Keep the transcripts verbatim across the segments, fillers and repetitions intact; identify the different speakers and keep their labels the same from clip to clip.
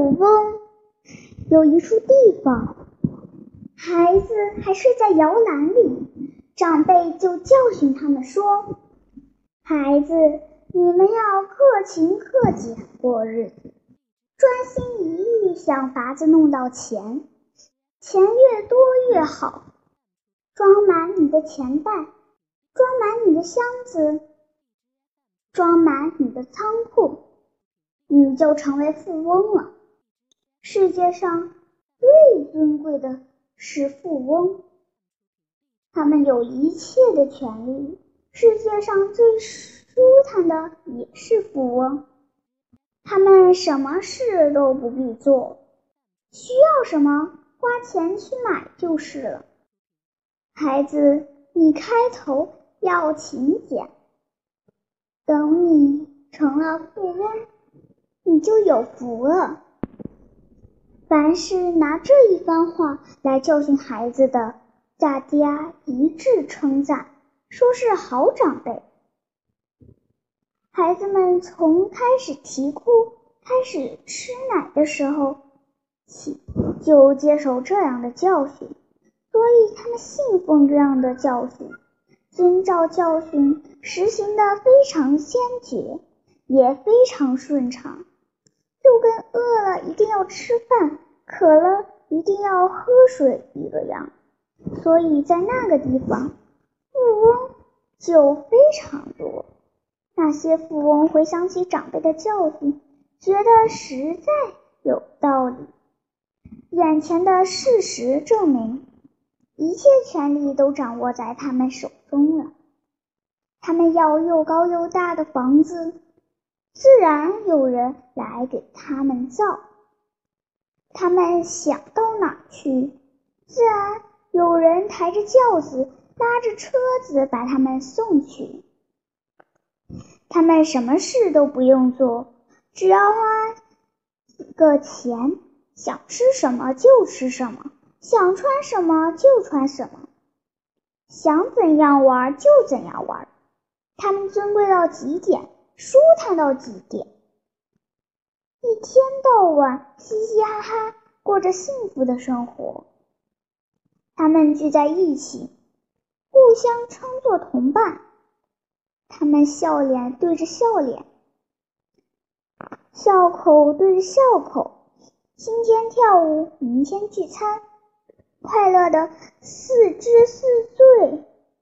Speaker 1: 富翁。有一处地方，孩子还睡在摇篮里，长辈就教训他们说，孩子，你们要克勤克俭过日子，专心一意想法子弄到钱，钱越多越好，装满你的钱袋，装满你的箱子，装满你的仓库，你就成为富翁了。世界上最尊贵的是富翁，他们有一切的权利，世界上最舒坦的也是富翁，他们什么事都不必做，需要什么花钱去买就是了。孩子，你开头要勤俭，等你成了富翁，你就有福了。凡是拿这一番话来教训孩子的，大家一致称赞，说是好长辈。孩子们从开始啼哭、开始吃奶的时候起，就接受这样的教训，所以他们信奉这样的教训，遵照教训实行的非常坚决，也非常顺畅，就跟饿了一定要吃饭，渴了一定要喝水一个样。所以在那个地方，富翁就非常多。那些富翁回想起长辈的教训，觉得实在有道理。眼前的事实证明，一切权力都掌握在他们手中了。他们要又高又大的房子，自然有人来给他们造。他们想到哪去，自然有人抬着轿子，拉着车子把他们送去。他们什么事都不用做，只要花几个钱，想吃什么就吃什么，想穿什么就穿什么，想怎样玩就怎样玩。他们尊贵到极点，舒坦到极点，一天到晚嘻嘻哈哈过着幸福的生活。他们聚在一起，互相称作同伴，他们笑脸对着笑脸，笑口对着笑口，今天跳舞，明天聚餐，快乐的似知似醉，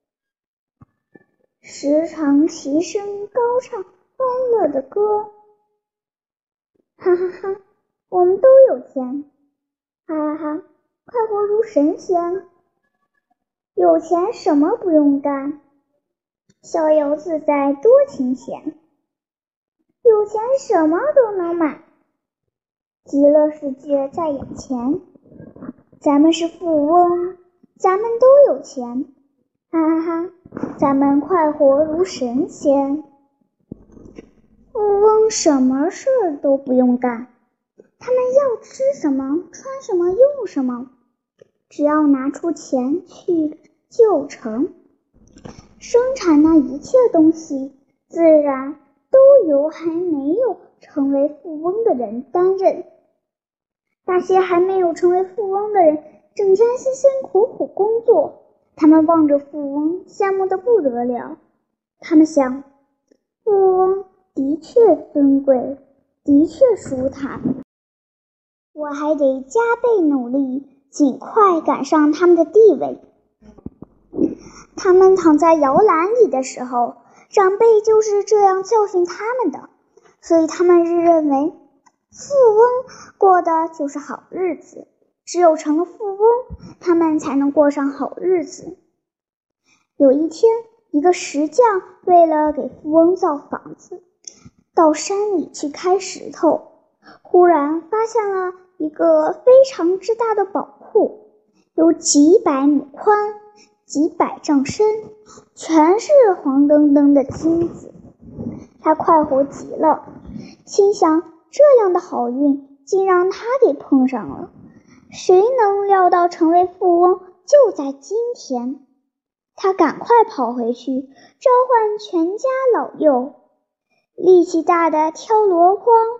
Speaker 1: 时常齐声高唱欢乐的歌。哈哈哈，我们都有钱，哈哈哈，快活如神仙，有钱什么不用干，逍遥自在多清闲，有钱什么都能买，极乐世界在眼前。咱们是富翁，咱们都有钱，哈哈哈，咱们快活如神仙。富翁什么事都不用干，他们要吃什么，穿什么，用什么，只要拿出钱去就成。生产那一切东西，自然都由还没有成为富翁的人担任。那些还没有成为富翁的人，整天辛辛苦苦工作，他们望着富翁，羡慕得不得了。他们想，富翁的确尊贵，的确舒坦，我还得加倍努力，尽快赶上他们的地位。他们躺在摇篮里的时候，长辈就是这样教训他们的，所以他们认为富翁过的就是好日子，只有成了富翁，他们才能过上好日子。有一天，一个石匠为了给富翁造房子，到山里去开石头，忽然发现了一个非常之大的宝库，有几百亩宽，几百丈深，全是黄澄澄的金子。他快活极了，心想这样的好运竟让他给碰上了，谁能料到成为富翁就在今天。他赶快跑回去召唤全家老幼，力气大的挑箩筐，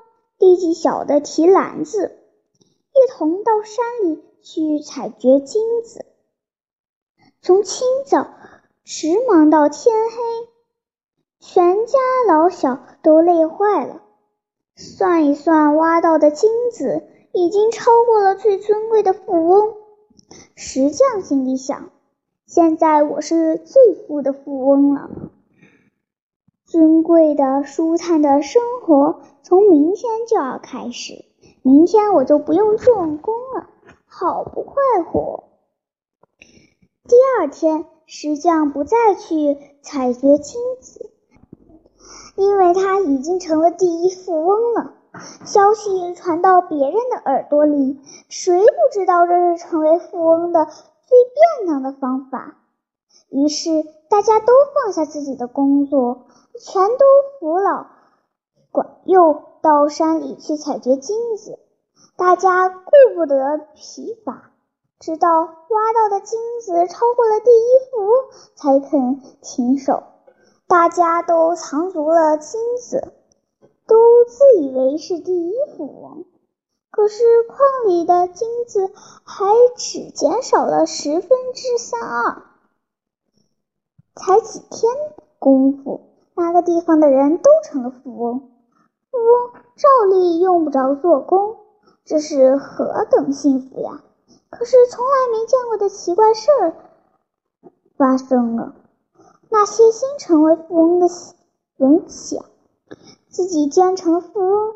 Speaker 1: 力气小的提篮子，一同到山里去采掘金子。从清早直忙到天黑，全家老小都累坏了。算一算，挖到的金子已经超过了最尊贵的富翁。石匠心里想，现在我是最富的富翁了。尊贵的舒坦的生活从明天就要开始，明天我就不用做工了，好不快活。第二天，石匠不再去采掘金子，因为他已经成了第一富翁了。消息传到别人的耳朵里，谁不知道这是成为富翁的最便当的方法？于是大家都放下自己的工作，全都扶老管幼到山里去采掘金子。大家顾不得疲乏，直到挖到的金子超过了第一富翁才肯停手。大家都藏足了金子，都自以为是第一富翁。可是矿里的金子还只减少了十分之三二。才几天功夫，那个地方的人都成了富翁。富翁照例用不着做工，这是何等幸福呀！可是从来没见过的奇怪事儿发生了。那些新成为富翁的人想，自己既然成了富翁，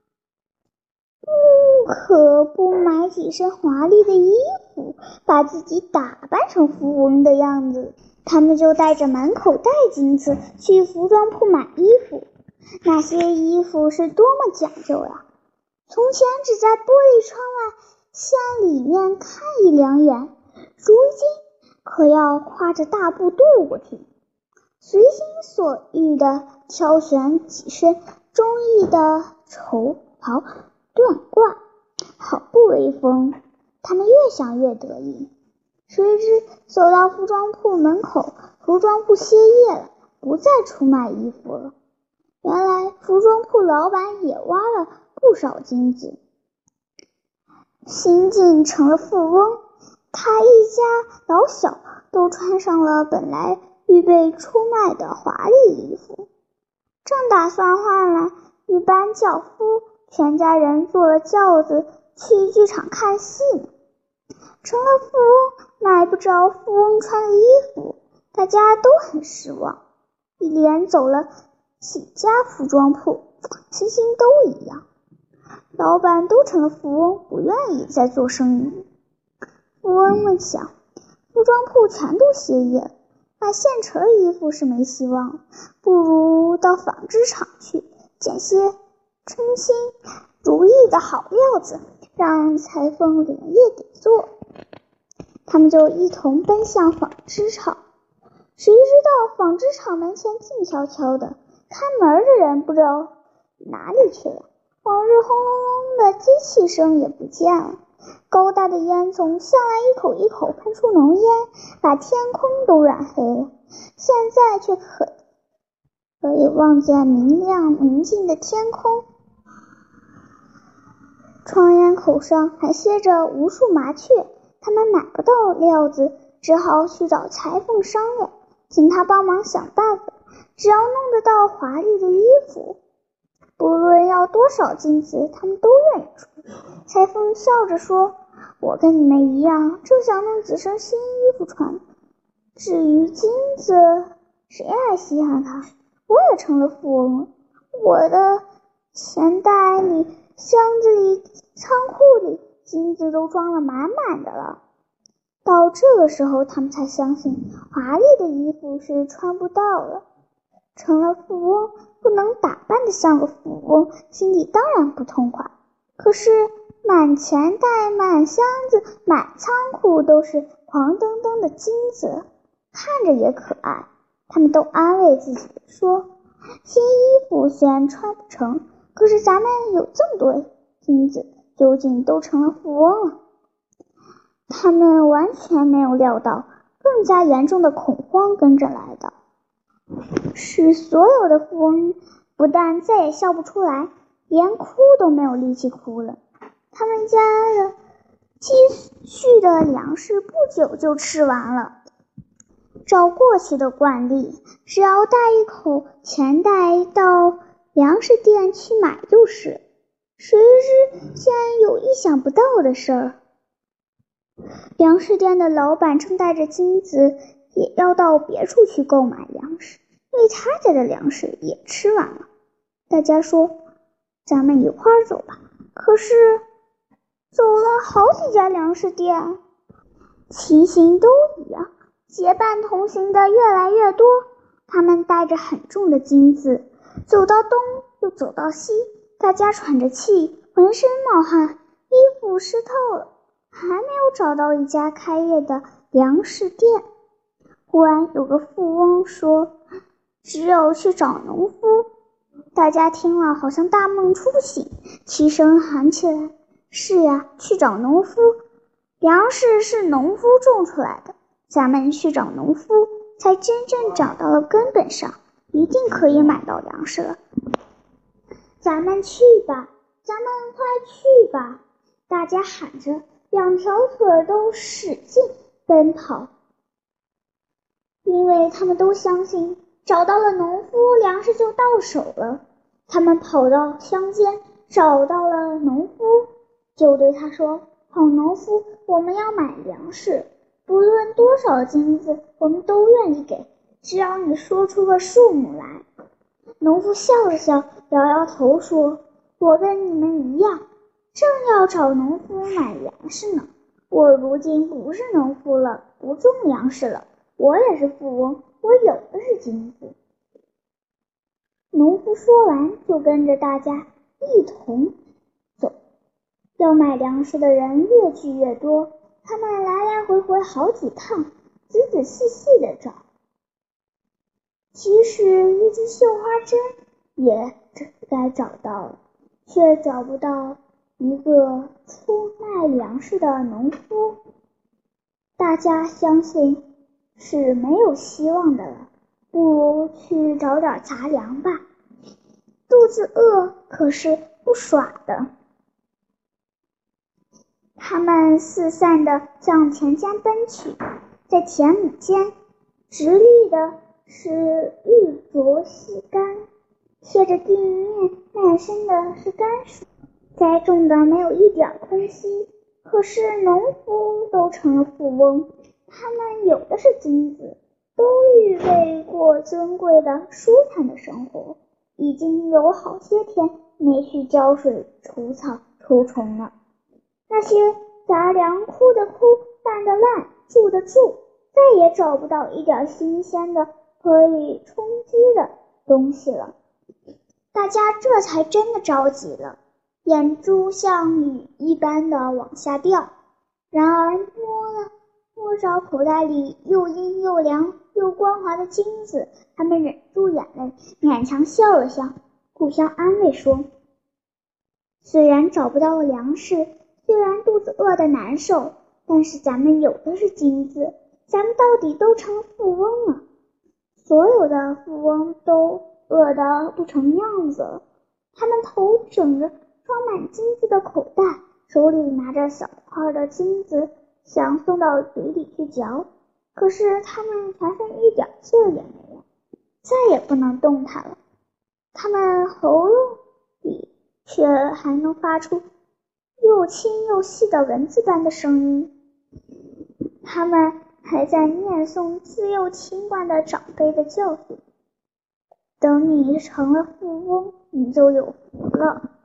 Speaker 1: 不可不买几身华丽的衣服，把自己打扮成富翁的样子。他们就带着满口袋金子去服装铺买衣服。那些衣服是多么讲究呀！从前只在玻璃窗外向里面看一两眼，如今可要挎着大布渡过去，随心所欲地挑选几身中意的绸袍缎褂，好不威风。他们越想越得意。谁知走到服装铺门口，服装铺歇业了，不再出卖衣服了。原来服装铺老板也挖了不少金子。新晋成了富翁，他一家老小都穿上了本来预备出卖的华丽衣服，正打算换来一班轿夫，全家人坐了轿子去剧场看戏呢。成了富翁，买不着富翁穿的衣服，大家都很失望。一连走了几家服装铺，情形都一样。老板都成了富翁，不愿意再做生意。富翁们想，服装铺全都歇业了，买现成衣服是没希望，不如到纺织厂去捡些称心如意的好料子，让裁缝连夜底做。他们就一同奔向纺织厂。谁知道纺织厂门前静悄悄的，开门的人不知道哪里去了，往日轰隆隆的机器声也不见了，高大的烟囱向来一口一口喷出浓烟，把天空都染黑了。现在却可可以望见明亮明净的天空，窗沿口上还歇着无数麻雀。他们买不到料子，只好去找裁缝商量，请他帮忙想办法，只要弄得到华丽的衣服，不论要多少金子，他们都愿意出。裁缝笑着说，我跟你们一样，正想弄几身新衣服穿，至于金子，谁还稀罕它？我也成了富翁了，我的钱袋里、箱子里、仓库里金子都装了满满的了。到这个时候，他们才相信华丽的衣服是穿不到了。成了富翁，不能打扮得像个富翁，心里当然不痛快。可是满钱袋、满箱子、满仓库都是黄澄澄的金子，看着也可爱。他们都安慰自己说，新衣服虽然穿不成，可是咱们有这么多金子，究竟都成了富翁了。他们完全没有料到更加严重的恐慌跟着来的，使所有的富翁不但再也笑不出来， 连哭都没有力气哭了。他们家的积蓄的粮食不久就吃完了。照过去的惯例，只要带一口钱袋到粮食店去买就是。谁知竟然有意想不到的事儿。粮食店的老板正带着金子也要到别处去购买粮食，因为他家的粮食也吃完了。大家说，咱们一块儿走吧。可是走了好几家粮食店，情形都一样，结伴同行的越来越多。他们带着很重的金子，走到东又走到西，大家喘着气，浑身冒汗，衣服湿透了，还没有找到一家开业的粮食店。忽然有个富翁说，只有去找农夫。大家听了好像大梦初醒，齐声喊起来，是呀，去找农夫。粮食是农夫种出来的，咱们去找农夫，才真正找到了根本上，一定可以买到粮食了。咱们去吧，咱们快去吧！大家喊着，两条腿都使劲奔跑，因为他们都相信找到了农夫，粮食就到手了。他们跑到乡间，找到了农夫，就对他说，好农夫，我们要买粮食，不论多少金子我们都愿意给，只要你说出个数目来。农夫笑了笑，摇摇头说，我跟你们一样，正要找农夫买粮食呢。我如今不是农夫了，不种粮食了，我也是富翁，我有的是金子。农夫说完，就跟着大家一同走。要买粮食的人越聚越多，他们来来回回好几趟，仔仔细细地找。即使一支绣花针也该找到了，却找不到一个出卖粮食的农夫。大家相信是没有希望的了，不如去找点杂粮吧。肚子饿可是不耍的。他们四散地向田间奔去，在田亩间直立的是玉镯细干，贴着地面漫生的是甘薯，栽种的没有一点空隙。可是农夫都成了富翁，他们有的是金子，都预备过尊贵的舒坦的生活，已经有好些天没去浇水除草除虫了。那些杂粮哭的哭，烂的烂，住的住，再也找不到一点新鲜的可以充饥的东西了。大家这才真的着急了，眼珠像雨一般的往下掉。然而摸了摸着口袋里又阴又凉又光滑的金子，他们忍住眼泪，勉强笑了笑，互相安慰说，虽然找不到粮食，虽然肚子饿得难受，但是咱们有的是金子，咱们到底都成富翁了。所有的富翁都饿得不成样子了，他们头枕着装满金子的口袋，手里拿着小块的金子，想送到嘴里去嚼，可是他们全身一点劲儿也没有，再也不能动弹了。他们喉咙里却还能发出又轻又细的蚊子般的声音，他们还在念诵自幼听惯的长辈的教训，等你成了富翁，你就有福了。